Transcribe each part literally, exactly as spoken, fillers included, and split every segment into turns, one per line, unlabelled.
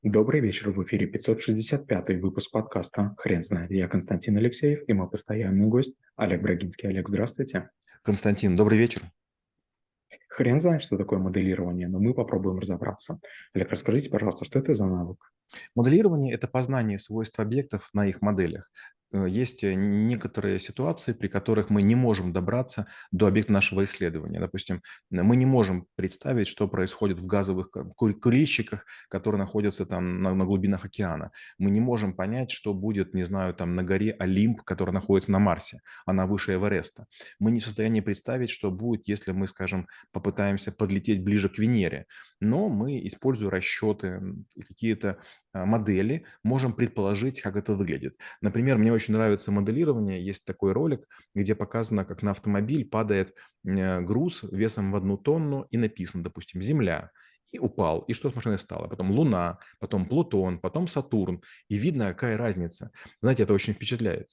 Добрый вечер, в эфире пятьсот шестьдесят пятый выпуск подкаста «Хрен знает». Я Константин Алексеев и мой постоянный гость Олег Брагинский. Олег, здравствуйте.
Константин, добрый вечер.
Хрен знает, что такое моделирование, но мы попробуем разобраться. Олег, расскажите, пожалуйста, что это за навык?
Моделирование– это познание свойств объектов на их моделях. Э, Есть э, некоторые ситуации, при которых мы не можем добраться до объекта нашего исследования. Допустим, н- мы не можем представить, что происходит в газовых ка- кур- курильщиках, которые находятся там на, на глубинах океана. Мы не можем понять, что будет, не знаю, там на горе Олимп, которая находится на Марсе, она выше Эвереста. Мы не в состоянии представить, что будет, если мы, скажем, попытаемся подлететь ближе к Венере. Но мы, используя расчеты, м, и какие-то а, модели, можем предположить, как это выглядит. Например, мне очень нравится моделирование. Есть такой ролик, где показано, как на автомобиль падает э, груз весом в одну тонну и написано, допустим, «Земля». И упал. И что с машиной стало? Потом Луна, потом Плутон, потом Сатурн. И видно, какая разница. Знаете, это очень впечатляет.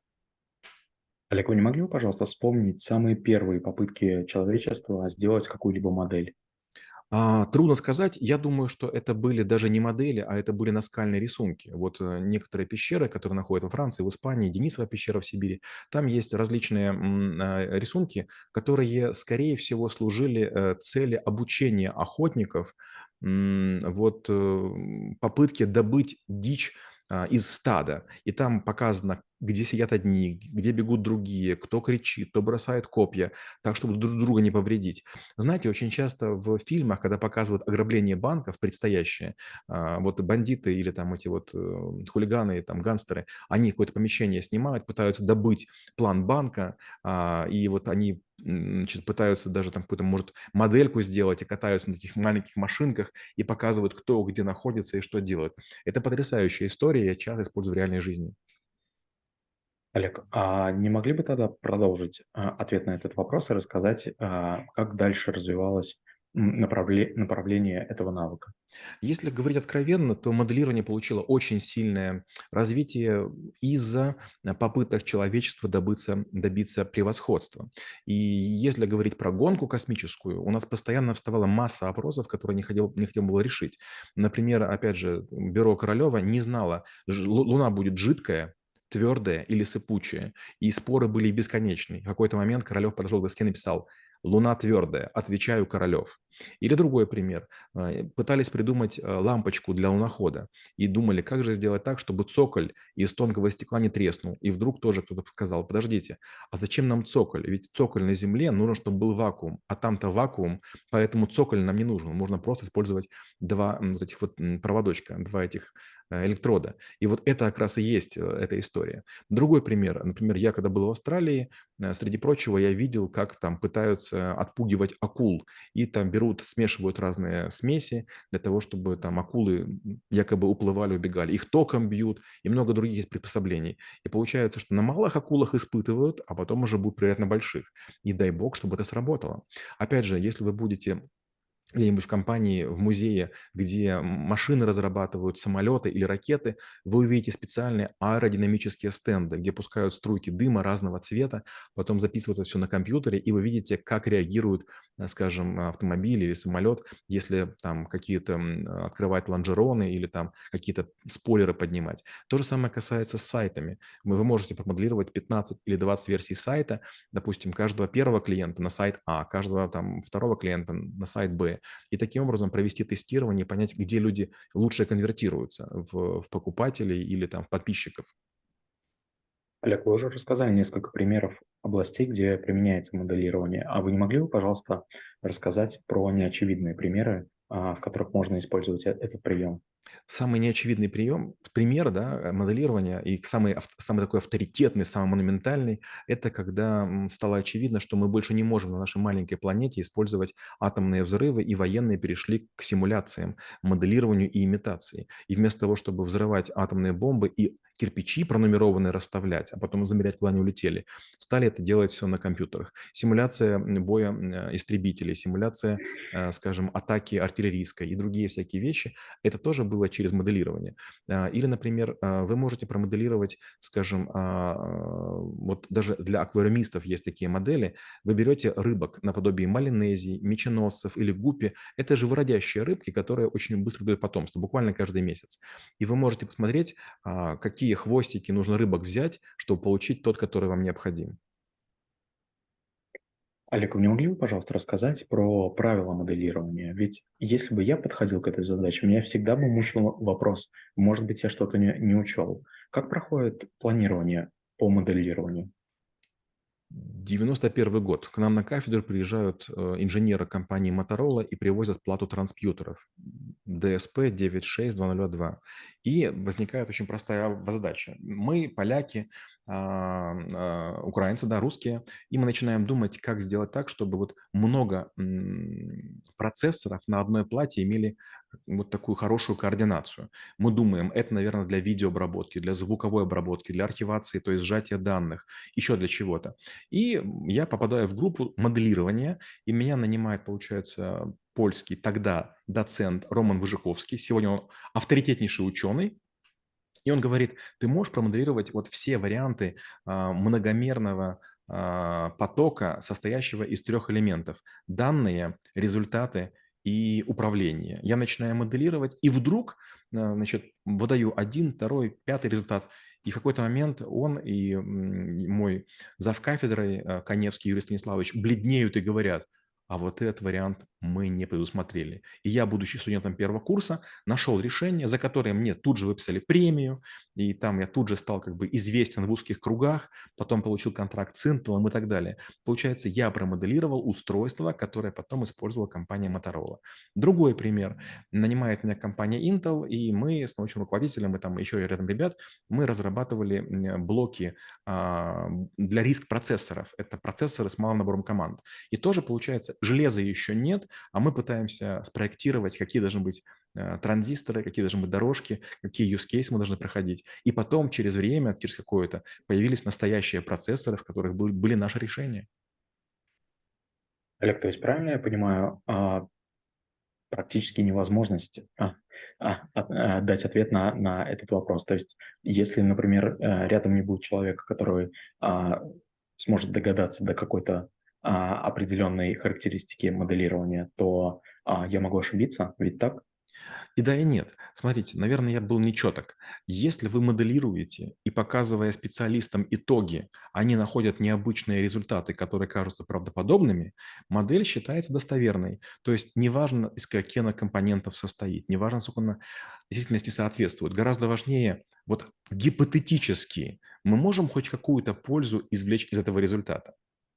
Олег, вы не могли бы, пожалуйста, вспомнить самые первые попытки человечества сделать какую-либо модель?
А, трудно сказать. Я думаю, что это были даже не модели, а это были наскальные рисунки. Вот э, некоторые пещеры, которые находят во Франции, в Испании, Денисова пещера в Сибири, там есть различные м, а, рисунки, которые, скорее всего, служили э, цели обучения охотников, м, вот э, попытки добыть дичь а, из стада. И там показано, где сидят одни, где бегут другие, кто кричит, кто бросает копья, так, чтобы друг друга не повредить. Знаете, очень часто в фильмах, когда показывают ограбление банков предстоящее, а, вот бандиты или там эти вот э, хулиганы, там гангстеры, они какое-то помещение снимают, пытаются добыть план банка, а, и вот они м, значит, пытаются даже там какую-то, может, модельку сделать и катаются на таких маленьких машинках и показывают, кто где находится и что делает. Это потрясающая история, я часто использую в реальной жизни.
Олег, а не могли бы тогда продолжить а, ответ на этот вопрос и рассказать, а, как дальше развивалось м, направле- направление этого навыка?
Если говорить откровенно, то моделирование получило очень сильное развитие из-за э, попыток человечества добыться, добиться превосходства. И если говорить про гонку космическую, у нас постоянно вставала масса вопросов, которые не хотел, не хотел было решить. Например, опять же, бюро Королева не знало, ж- Лу- Луна будет жидкая, твердая или сыпучая. И споры были бесконечны. В какой-то момент Королев подошел к доске и написал: «Луна твердая, отвечаю, Королев». Или другой пример. А, пытались придумать а, лампочку для лунохода и думали, как же сделать так, чтобы цоколь из тонкого стекла не треснул. И вдруг тоже кто-то сказал: подождите, а зачем нам цоколь? Ведь цоколь на Земле нужно, чтобы был вакуум, а там-то вакуум, поэтому цоколь нам не нужен. Можно просто использовать два м, вот этих вот м, проводочка, два этих э, электрода. И вот это как раз и есть э, эта история. Другой пример. Например, я когда был в Австралии, э, среди прочего, я видел, как там пытаются отпугивать акул и там берут, смешивают разные смеси для того, чтобы там акулы якобы уплывали, убегали. Их током бьют и много других есть приспособлений. И получается, что на малых акулах испытывают, а потом уже будут проверять на больших. И дай бог, чтобы это сработало. Опять же, если вы будете где-нибудь в компании, в музее, где машины разрабатывают, самолеты или ракеты, вы увидите специальные аэродинамические стенды, где пускают струйки дыма разного цвета, потом записывают это все на компьютере, и вы видите, как реагирует, э, скажем, автомобиль или самолет, если там какие-то м, открывать лонжероны или там какие-то спойлеры поднимать. То же самое касается с сайтами. Вы вы можете промоделировать пятнадцать или двадцать версий сайта, допустим, каждого первого клиента на сайт А, каждого там второго клиента на сайт Б, и таким образом провести тестирование и понять, где люди лучше конвертируются в, в покупателей или там в подписчиков.
Олег, вы уже рассказали несколько примеров областей, где применяется моделирование. А вы не могли бы, пожалуйста, рассказать про неочевидные примеры, а, в которых можно использовать э- этот прием?
Самый неочевидный прием, пример, да, э, моделирования и самый, ав- самый такой авторитетный, самый монументальный, это когда м, стало очевидно, что мы больше не можем на нашей маленькой планете использовать атомные взрывы, и военные перешли к симуляциям, моделированию и имитации. И вместо того, чтобы взрывать атомные бомбы и кирпичи пронумерованные расставлять, а потом замерять, куда они улетели, стали это делать все на компьютерах. Симуляция м, боя м, э, истребителей, симуляция, э, скажем, атаки артиллерийской и другие всякие вещи, это тоже было было через моделирование. А, Или, например, а, вы можете промоделировать, скажем, а, вот даже для аквариумистов есть такие модели. Вы берете рыбок наподобие малинезий, меченосцев или гуппи. Это живородящие рыбки, которые очень быстро дают потомство, буквально каждый месяц. И вы можете посмотреть, а, какие хвостики нужно рыбок взять, чтобы получить тот, который вам необходим.
Олег, вы не могли бы, пожалуйста, рассказать про правила моделирования? Ведь если бы я подходил к этой задаче, меня всегда бы мучил вопрос, может быть, я что-то не, не учел. Как проходит планирование по моделированию?
девяносто первый год. К нам на кафедру приезжают э, инженеры компании Motorola и привозят плату транспьютеров ди эс пи девять шесть два ноль два. И возникает очень простая задача. Мы, поляки, а, а, украинцы, да, русские, и мы начинаем думать, как сделать так, чтобы вот много м, процессоров на одной плате имели вот такую хорошую координацию. Мы думаем, это, наверное, для видеообработки, для звуковой обработки, для архивации, то есть сжатия данных, еще для чего-то. И я попадаю в группу моделирования, и меня нанимает, получается, польский тогда доцент Роман Выжиковский. Сегодня он авторитетнейший ученый. И он говорит, ты можешь промоделировать вот все варианты а, многомерного а, потока, состоящего из трех элементов. Данные, результаты и управление. Я начинаю моделировать, и вдруг, а, значит, выдаю один, второй, пятый результат. И в какой-то момент он и м, мой завкафедрой а, Коневский Юрий Станиславович бледнеют и говорят, а вот этот вариант мы не предусмотрели. И я, будучи студентом первого курса, нашел решение, за которое мне тут же выписали премию, и там я тут же стал как бы известен в узких кругах, потом получил контракт с Intel и так далее. Получается, я промоделировал устройство, которое потом использовала компания Motorola. Другой пример. Нанимает меня компания Intel, и мы с научным руководителем, и там еще рядом ребят, мы разрабатывали блоки а, для риск-процессоров. Это процессоры с малым набором команд. И тоже получается, железа еще нет, а мы пытаемся спроектировать, какие должны быть э, транзисторы, какие должны быть дорожки, какие use cases мы должны проходить. И потом через время, через какое-то, появились настоящие процессоры, в которых были, были наши решения.
Олег, то есть правильно я понимаю, а, практически невозможность а, а, а, дать ответ на, на этот вопрос. То есть, если, например, э, рядом не будет человека, который а, сможет догадаться до какой-то а, определенной характеристики моделирования, то а, я могу ошибиться, ведь так?
И да, и нет. Смотрите, наверное, я был нечеток. Если вы моделируете и показывая специалистам итоги, они находят необычные результаты, которые кажутся правдоподобными, модель считается достоверной. То есть неважно, из каких она компонентов состоит, неважно, сколько она в действительности соответствует. Гораздо важнее, вот гипотетически, мы можем хоть какую-то пользу извлечь из этого результата.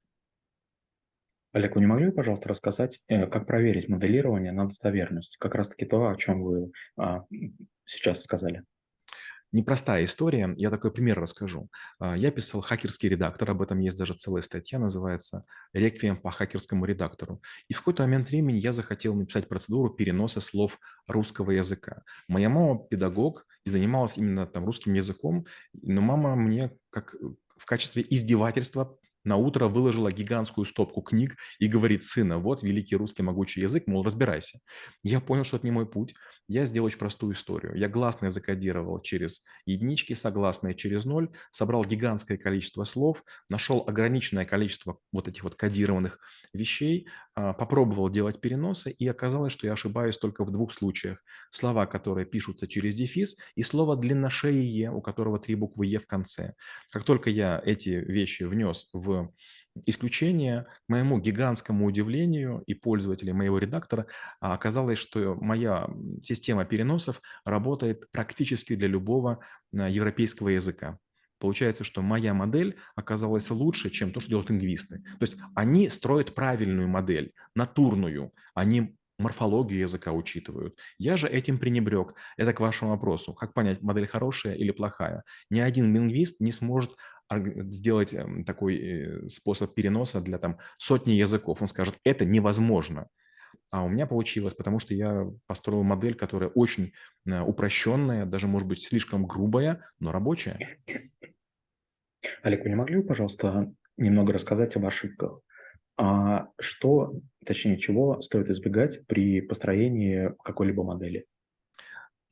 Олег, вы не могли бы, пожалуйста, рассказать, э, как проверить моделирование на достоверность? Как раз-таки то, о чем вы а, м, сейчас сказали.
Непростая история. Я такой пример расскажу. А, Я писал хакерский редактор, об этом есть даже целая статья, называется «Реквием по хакерскому редактору». И в какой-то момент времени я захотел написать процедуру переноса слов русского языка. Моя мама педагог и занималась именно там русским языком, но мама мне как в качестве издевательства на утро выложила гигантскую стопку книг и говорит: сына, вот великий русский могучий язык, мол, разбирайся. Я понял, что это не мой путь. Я сделал очень простую историю. Я гласные закодировал через единички, согласные через ноль, собрал гигантское количество слов, нашел ограниченное количество вот этих вот кодированных вещей, а, попробовал делать переносы, и оказалось, что я ошибаюсь только в двух случаях. Слова, которые пишутся через дефис, и слово длинношеее, у которого три буквы «е» в конце. Как только я эти вещи внес в исключение, к моему гигантскому удивлению и пользователей моего редактора, а, оказалось, что моя система переносов работает практически для любого а, европейского языка. Получается, что моя модель оказалась лучше, чем то, что делают лингвисты. То есть они строят правильную модель, натурную, они морфологию языка учитывают. Я же этим пренебрег. Это к вашему вопросу. Как понять, модель хорошая или плохая? Ни один лингвист не сможет сделать эм, такой э, способ переноса для там сотни языков. Он скажет, это невозможно. А у меня получилось, потому что я построил модель, которая очень э, упрощенная, даже, может быть, слишком грубая, но рабочая.
Олег, вы не могли бы, пожалуйста, немного рассказать об ошибках? А что, точнее, чего стоит избегать при построении какой-либо модели?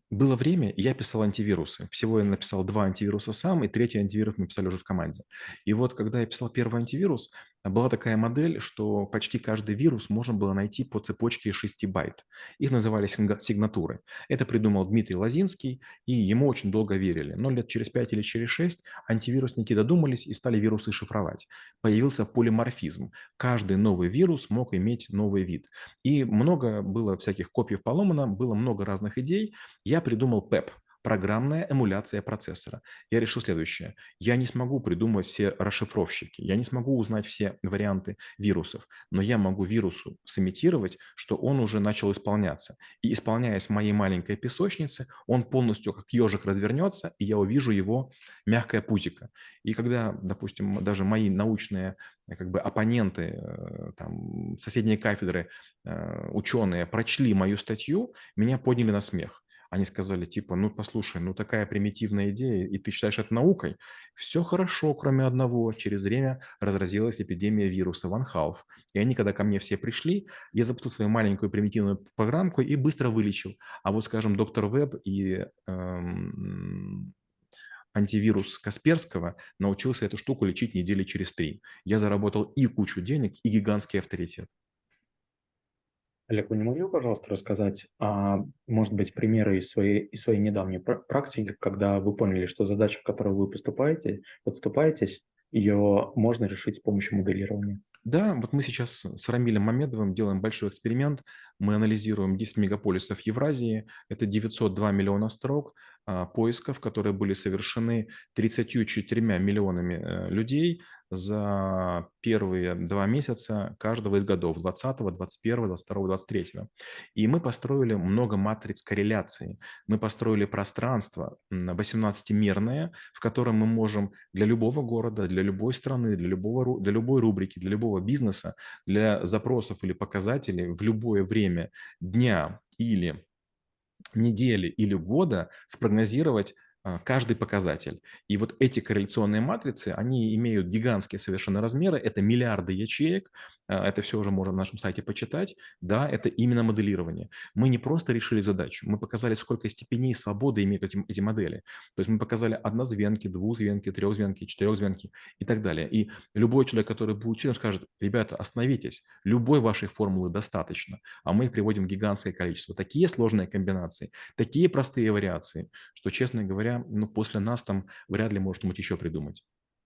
Было время, я писал антивирусы. Всего я написал два антивируса сам, и третий антивирус мы писали уже в команде. И вот когда я писал первый антивирус, была такая модель, что почти каждый вирус можно было найти по цепочке из шести байт. Их называли синга- сигнатуры. Это придумал Дмитрий Лозинский, и ему очень долго верили. Но лет через пять или через шесть антивирусники додумались и стали вирусы шифровать. Появился полиморфизм. Каждый новый вирус мог иметь новый вид. И много было всяких копий поломано, было много разных идей. Я придумал пэп – программная эмуляция процессора. Я решил следующее. Я не смогу придумать все расшифровщики, я не смогу узнать все варианты вирусов, но я могу вирусу сымитировать, что он уже начал исполняться. И исполняясь в моей маленькой песочнице, он полностью как ежик развернется, и я увижу его мягкое пузико. И когда, допустим, даже мои научные э, как бы оппоненты, э, там, соседние кафедры, э, ученые прочли мою статью, меня подняли на смех. Они сказали, типа, ну, послушай, ну, такая примитивная идея, и ты считаешь это наукой? Все хорошо, кроме одного. Через время разразилась эпидемия вируса Ван Халф. И они, когда ко мне все пришли, я запустил свою маленькую примитивную программку и быстро вылечил. А вот, скажем, доктор Веб и эм, антивирус Касперского научился эту штуку лечить недели через три. Я заработал и кучу денег, и гигантский авторитет.
Олег, вы не могли бы, пожалуйста, рассказать, а, может быть, примеры из своей, из своей недавней пра- практики, когда вы поняли, что задача, в которую вы поступаете, подступаетесь, ее можно решить с помощью моделирования?
Да, вот мы сейчас с с Рамилем Мамедовым делаем большой эксперимент. Мы анализируем десять мегаполисов Евразии. Это девятьсот два миллиона строк а, поисков, которые были совершены тридцатью четырьмя миллионами э, людей за первые два месяца каждого из годов двадцатого, двадцать первого, двадцать второго, двадцать третьего. И мы построили много матриц корреляции. Мы построили пространство м, восемнадцатимерное, в котором мы можем для любого города, для любой страны, для, любого, ру- для любой рубрики, для любого бизнеса, для запросов или показателей в любое время дня или недели или года спрогнозировать а, каждый показатель. И вот эти корреляционные матрицы, они имеют гигантские совершенно размеры, это миллиарды ячеек, а, это все уже можно на нашем сайте почитать. Да, это именно моделирование. Мы не просто решили задачу, мы показали, сколько степеней свободы имеют эти, эти модели. То есть мы показали однозвенки, двузвенки, трехзвенки, четырехзвенки и так далее. И любой человек, который будет учить, он скажет, ребята, остановитесь, любой вашей формулы достаточно, а мы их приводим в гигантское количество. Такие сложные комбинации, такие простые вариации, что, честно говоря, ну, после нас там вряд ли можно что-нибудь еще придумать.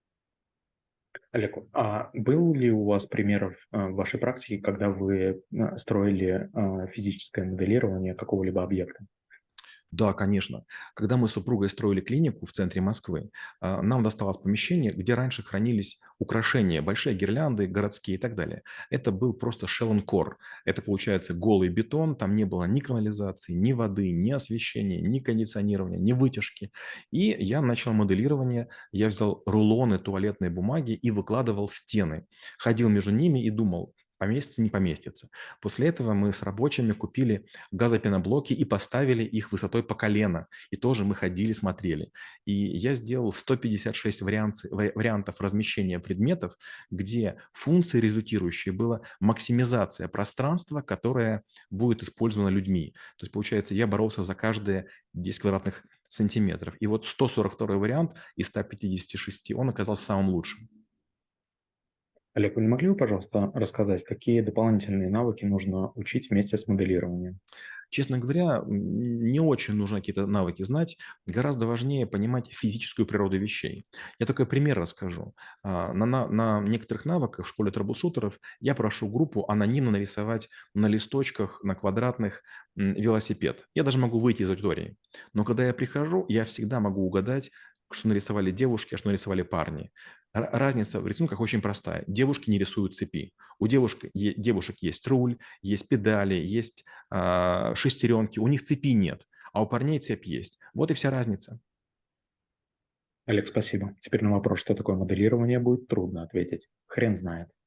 Олег, а был ли у вас примеров а, в вашей практике, когда вы а, строили а, физическое моделирование какого-либо объекта?
Да, конечно. Когда мы с супругой строили клинику в центре Москвы, а, нам досталось помещение, где раньше хранились украшения, большие гирлянды городские и так далее. Это был просто shell and core. Это, получается, голый бетон, там не было ни канализации, ни воды, ни освещения, ни кондиционирования, ни вытяжки. И я начал моделирование, я взял рулоны туалетной бумаги и выкладывал стены. Ходил между ними и думал, поместится, не поместится. После этого мы с рабочими купили газопеноблоки и поставили их высотой по колено. И тоже мы ходили, смотрели. И я сделал сто пятьдесят шесть варианций- ва- вариантов размещения предметов, где функцией результирующей была максимизация пространства, которое будет использовано людьми. То есть, получается, я боролся за каждые десять квадратных сантиметров. И вот сто сорок второй вариант из ста пятидесяти шести, он оказался самым лучшим.
Олег, вы не могли бы, пожалуйста, рассказать, какие дополнительные навыки нужно учить вместе с моделированием?
Честно говоря, м, не очень нужно какие-то навыки знать. Гораздо важнее понимать физическую природу вещей. Я такой пример расскажу. А, На, на, на некоторых навыках в школе трэблшутеров я прошу группу анонимно нарисовать на листочках, на квадратных м, велосипед. Я даже могу выйти из аудитории. Но когда я прихожу, я всегда могу угадать, что нарисовали девушки, а что нарисовали парни. Р- Разница в рисунках очень простая. Девушки не рисуют цепи. У девушек, е- девушек есть руль, есть педали, есть а, шестеренки, у них цепи нет, а у парней цепь есть. Вот и вся разница.
Олег, спасибо. Теперь на вопрос, что такое моделирование, будет трудно ответить. Хрен знает.